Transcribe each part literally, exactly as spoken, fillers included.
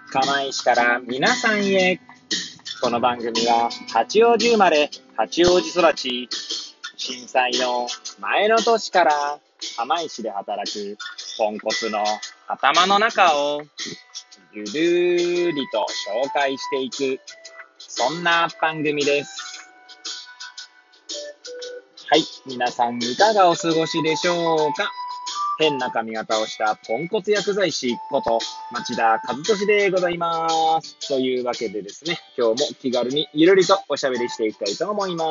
釜石から皆さんへ。この番組は八王子生まれ、八王子育ち、震災の前の年から釜石で働くポンコツの頭の中をゆるーりと紹介していく、そんな番組です。はい、皆さんいかがお過ごしでしょうか。変な髪型をしたポンコツ薬剤師こと町田和俊でございます。というわけでですね、今日も気軽にゆるりとおしゃべりしていきたいと思います。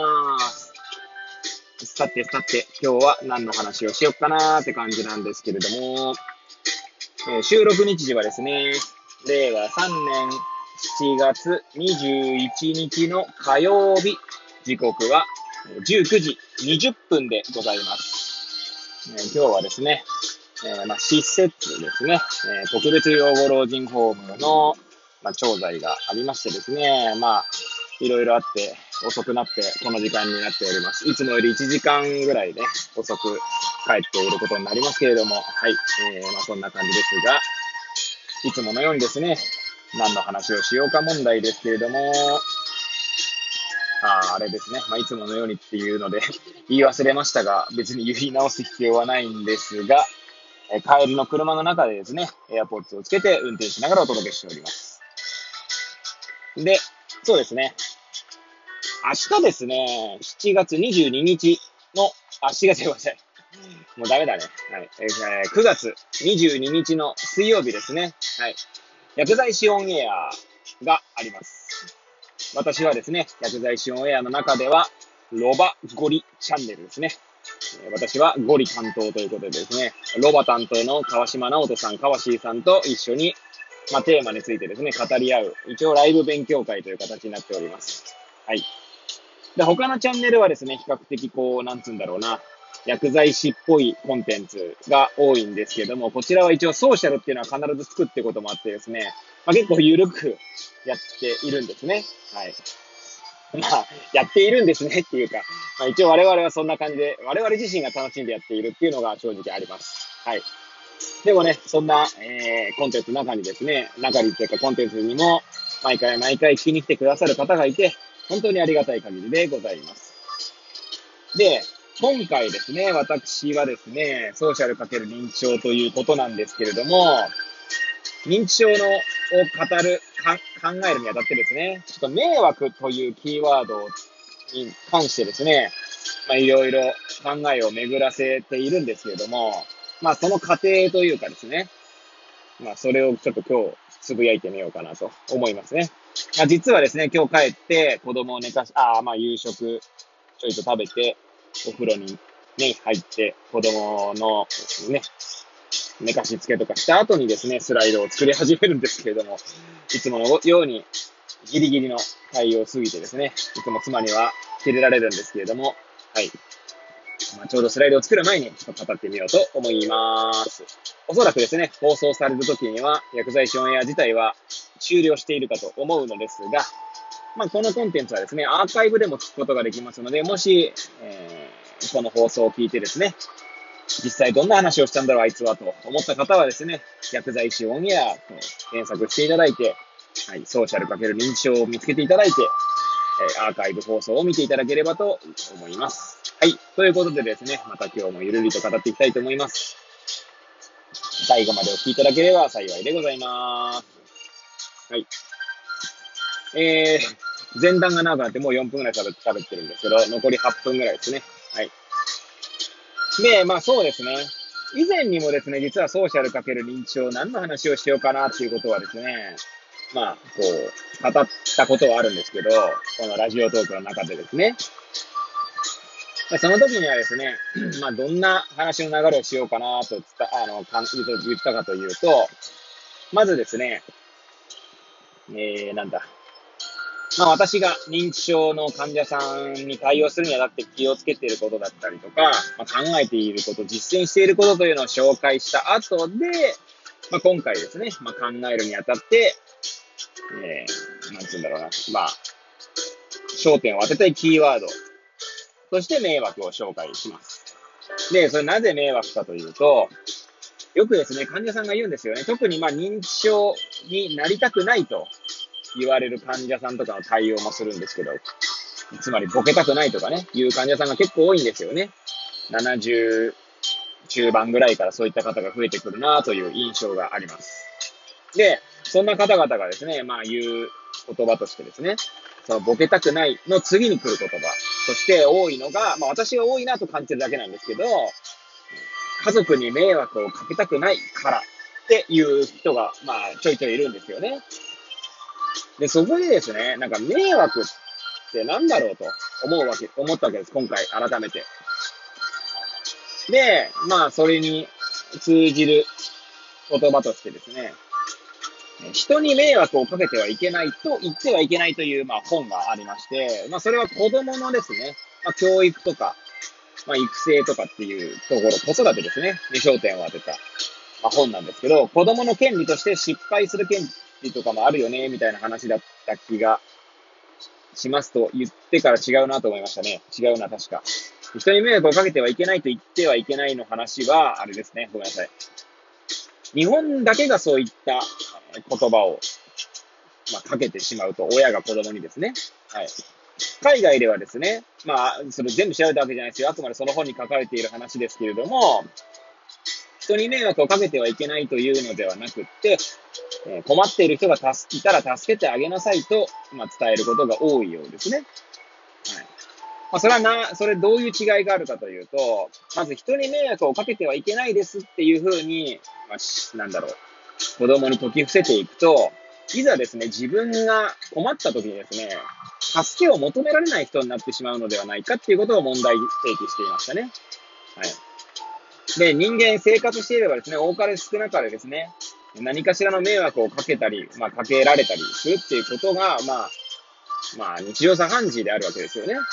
さてさて、今日は何の話をしよっかなーって感じなんですけれども、えー、収録日時はですね、れいわさんねんしちがつにじゅういちにちの火曜日、時刻はじゅうくじにじゅっぷんでございます。えー、今日はですね、えーまあ、施設ですね、えー、特別養護老人ホームの、まあ、調剤がありましてですね、まあ、いろいろあって遅くなってこの時間になっております。いつもよりいちじかんぐらいね、遅く帰っていることになりますけれども、はい、えー、まあそんな感じですが、いつものようにですね、何の話をしようか問題ですけれども、あ, あれですね、まあ、いつものようにっていうので言い忘れましたが、別に言い直す必要はないんですが、え帰りの車の中でですね、エアポッツをつけて運転しながらお届けしております。で、そうですね、明日ですね、しちがつにじゅうににちの、あ、しちがつごめんなさい。もうダメだね。はい。えー、くがつにじゅうににちの水曜日ですね。はい。薬剤師オンエアがあります。私はですね、薬剤師オンエアの中では、ロバゴリチャンネルですね。私はゴリ担当ということでですね、ロバ担当の川島直人さん、川椎さんと一緒に、まあ、テーマについてですね、語り合う、一応ライブ勉強会という形になっております。はい。で、他のチャンネルはですね、比較的こう、なんつうんだろうな、薬剤師っぽいコンテンツが多いんですけども、こちらは一応ソーシャルっていうのは必ず作っていくこともあってですね、まあ、結構緩くやっているんですね。はい。まあ、やっているんですねっていうか、まあ、一応我々はそんな感じで、我々自身が楽しんでやっているっていうのが正直あります。はい。でもね、そんな、えー、コンテンツの中にですね、中にというかコンテンツにも、毎回毎回聞きに来てくださる方がいて、本当にありがたい限りでございます。で、今回ですね、私はですね、ソーシャル×認知症ということなんですけれども、認知症のを語るか、考えるにあたってですね、ちょっと迷惑というキーワードに関してですね、まあいろいろ考えを巡らせているんですけれども、まあその過程というかですね、まあそれをちょっと今日つぶやいてみようかなと思いますね。まあ実はですね、今日帰って子供を寝かし、ああまあ夕食ちょいと食べて、お風呂にね、入って、子供のね、寝かしつけとかした後にですね、スライドを作り始めるんですけれども、いつものようにギリギリの対応を過ぎてですね、いつも妻には切れられるんですけれども、はい。まあ、ちょうどスライドを作る前にちょっと語ってみようと思います。おそらくですね、放送される時には薬剤師オンエア自体は終了しているかと思うのですが、まあ、このコンテンツはですね、アーカイブでも聞くことができますので、もし、えー、この放送を聞いてですね、実際どんな話をしたんだろうあいつはと思った方はですね、薬剤師オンエアと検索していただいて、はい、ソーシャル×認知症を見つけていただいて、えー、アーカイブ放送を見ていただければと思います。はい。ということでですね、また今日もゆるりと語っていきたいと思います。最後までお聞きいただければ幸いでございます。はい。えー、前段が長くなってもうよんぷんぐらい喋ってるんですけど、残りはっぷんぐらいですね。はい。で、まあそうですね。以前にもですね、実はソーシャル×認知症、何の話をしようかなっていうことはですね、まあ、こう、語ったことはあるんですけど、このラジオトークの中でですね。その時にはですね、まあどんな話の流れをしようかなとあの言ったかというと、まずですね、えー、なんだ、まあ私が認知症の患者さんに対応するにあたって気をつけていることだったりとか、まあ、考えていること、実践していることというのを紹介した後で、まあ、今回ですね、まあ、考えるにあたって、えー、なんつうんだろうな、まあ、焦点を当てたいキーワードとして迷惑を紹介します。で、それなぜ迷惑かというと、 よくですね、患者さんが言うんですよね。特にまあ認知症になりたくないと言われる患者さんとかの対応もするんですけど、つまりボケたくないとかね、いう患者さんが結構多いんですよね。ななじゅう中盤ぐらいからそういった方が増えてくるなという印象があります。で、そんな方々がですね、まあ言う言葉としてですね、そのボケたくないの次に来る言葉として多いのが、まあ私が多いなと感じるだけなんですけど、家族に迷惑をかけたくないからっていう人が、まあちょいちょいいるんですよね。で、そこでですね、なんか迷惑ってなんだろうと思うわけ、思ったわけです。今回改めて。で、まあそれに通じる言葉としてですね、人に迷惑をかけてはいけないと言ってはいけないという、まあ、本がありまして、まあ、それは子供のですね、まあ、教育とか、まあ、育成とかっていうところ、子育てですね、に焦点を当てた、まあ、本なんですけど、子供の権利として失敗する権利とかもあるよね、みたいな話だった気がしますと言ってから違うなと思いましたね。違うな、確か。人に迷惑をかけてはいけないと言ってはいけないの話は、あれですね、ごめんなさい。日本だけがそういった言葉を、まあ、かけてしまうと、親が子供にですね。はい。海外ではですね、まあ、それ全部調べたわけじゃないですよ。あくまでその本に書かれている話ですけれども、人に迷惑をかけてはいけないというのではなくって、えー、困っている人が助いたら助けてあげなさいと、まあ、伝えることが多いようですね。はい。まあ、それはな、それどういう違いがあるかというと、まず人に迷惑をかけてはいけないですっていうふうに、まあ、なんだろう、子供に説き伏せていくと、いざですね、自分が困った時にですね、助けを求められない人になってしまうのではないかっていうことを問題提起していましたね。はい。で、人間生活していればですね、多かれ少なかれですね、何かしらの迷惑をかけたり、まあ、かけられたりするっていうことが、まあ、まあ、日常茶飯事であるわけですよね。はい。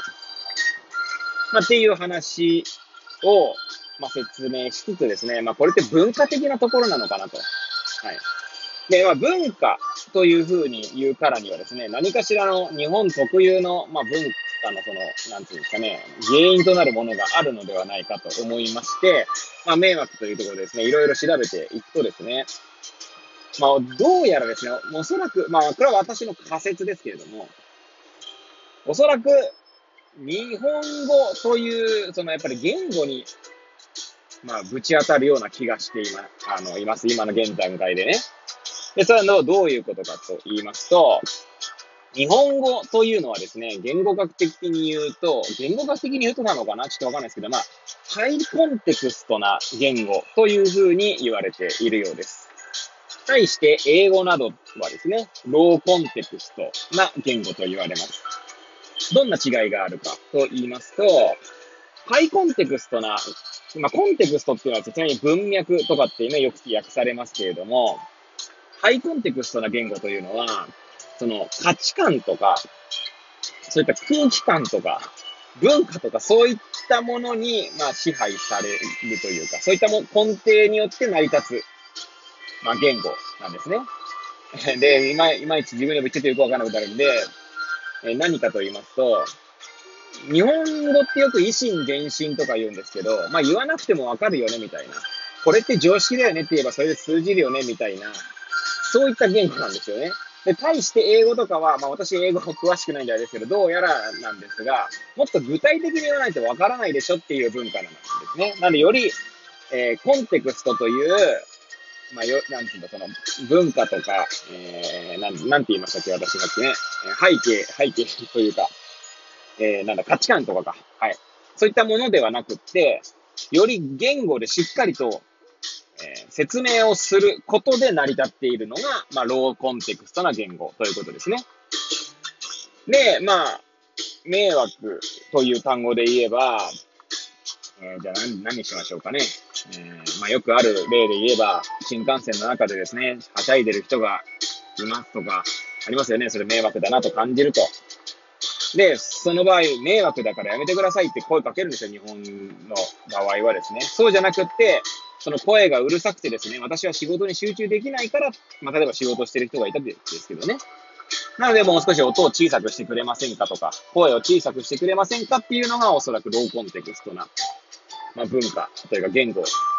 まあ、っていう話を、まあ、説明しつつですね、まあ、これって文化的なところなのかなと。はい。で、まあ、文化というふうに言うからにはですね、何かしらの日本特有の、まあ、文化のその、なんていうんですかね、原因となるものがあるのではないかと思いまして、まあ、迷惑というところでですね、いろいろ調べていくとですね、まあ、どうやらですね、おそらく、まあ、これは私の仮説ですけれども、おそらく、日本語という、そのやっぱり言語に、まあ、ぶち当たるような気がして今、あの、います。今の現段階でね。で、それはどういうことかと言いますと、日本語というのはですね、言語学的に言うと、言語学的に言うとなのかなちょっとわかんないですけど、まあ、ハイコンテクストな言語というふうに言われているようです。対して英語などはですね、ローコンテクストな言語と言われます。どんな違いがあるかと言いますと、ハイコンテクストな、まあ、コンテクストっていうのはちなみに文脈とかっていうのはよく訳されますけれども、ハイコンテクストな言語というのは、その価値観とか、そういった空気感とか、文化とかそういったものに、まあ、支配されるというか、そういったも根底によって成り立つ、まあ、言語なんですね。で、いまいまいち自分でも言っててよくわからなくなるんで、え何かと言いますと、日本語ってよく維新伝心とか言うんですけど、まあ言わなくてもわかるよねみたいな。これって常識だよねって言えばそれで通じるよねみたいな。そういった言語なんですよね。で、対して英語とかは、まあ私英語詳しくないんであれですけど、どうやらなんですが、もっと具体的に言わないとわからないでしょっていう文化なんですね。なのでより、えー、コンテクストという、まあよ、なんていうの、その文化とか、えー、なん、なんて言いましたっけ、私さっきね。背景、背景というか、えー、なんだ、価値観とかか。はい。そういったものではなくって、より言語でしっかりと、えー、説明をすることで成り立っているのが、まあ、ローコンテクストな言語ということですね。で、まあ、迷惑という単語で言えば、えー、じゃあ何、何にしましょうかね。えー、まあ、よくある例で言えば、新幹線の中でですね、はしゃいでる人がいますとか、ありますよね。それ迷惑だなと感じると。で、その場合、迷惑だからやめてくださいって声かけるんですよ、日本の場合はですね。そうじゃなくって、その声がうるさくてですね、私は仕事に集中できないから、まあ、例えば仕事してる人がいたんですけどね。なので、もう少し音を小さくしてくれませんかとか、声を小さくしてくれませんかっていうのが、おそらくローコンテクストな、まあ、文化というか言語で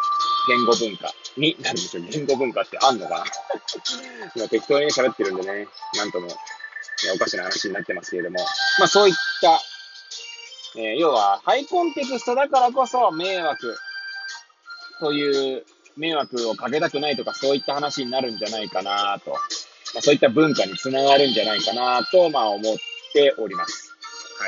言語文化になるんですよ。言語文化ってあんのかな今適当に喋ってるんでね、なんとも、ね、おかしな話になってますけれども、まあそういった、えー、要はハイコンテクストだからこそ迷惑という迷惑をかけたくないとかそういった話になるんじゃないかなと、まあ、そういった文化につながるんじゃないかなと、まあ思っております。はい。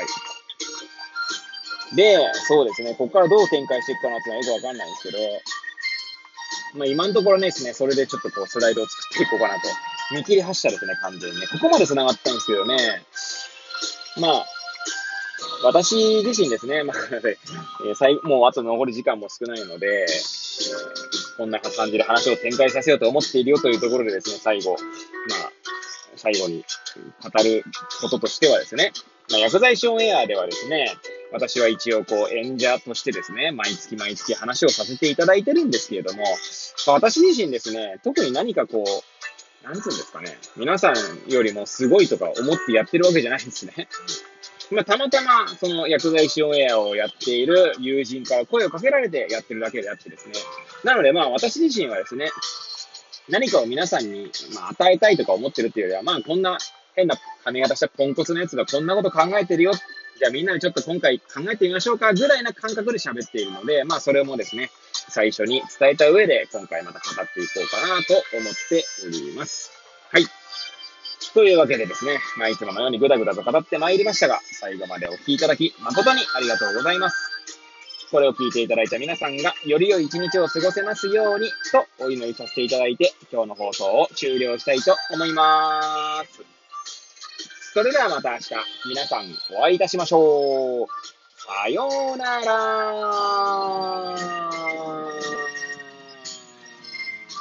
で、そうですね、ここからどう展開していくかなっていうのはよくわかんないんですけど、まあ今のところねですね、それでちょっとこうスライドを作っていこうかなと。見切り発車ですね、完全にね。ここまで繋がったんですけどね、まあ、私自身ですね、まあ、えー、最もうあと残り時間も少ないので、えー、こんな感じで話を展開させようと思っているよというところでですね、最後、まあ、最後に語ることとしてはですね、まあ、薬剤師オンエアではですね、私は一応こう演者としてですね、毎月毎月話をさせていただいてるんですけれども、まあ、私自身ですね、特に何かこう、なんつうんですかね、皆さんよりもすごいとか思ってやってるわけじゃないんですね。まあ、たまたま、その薬剤師オンエアをやっている友人から声をかけられてやってるだけであってですね。なので、まあ、私自身はですね、何かを皆さんに、まあ、与えたいとか思ってるっていうよりは、まあ、こんな変な髪型したポンコツのやつがこんなこと考えてるよ。じゃあみんなでちょっと今回考えてみましょうかぐらいな感覚で喋っているので、まあ、それもですね、最初に伝えた上で、今回また語っていこうかなと思っております。はい。というわけでですね、まあ、いつものようにぐだぐだと語ってまいりましたが、最後までお聞きいただき誠にありがとうございます。これを聞いていただいた皆さんがより良い一日を過ごせますようにとお祈りさせていただいて、今日の放送を終了したいと思います。それではまた明日、皆さんお会いいたしましょう。さようなら。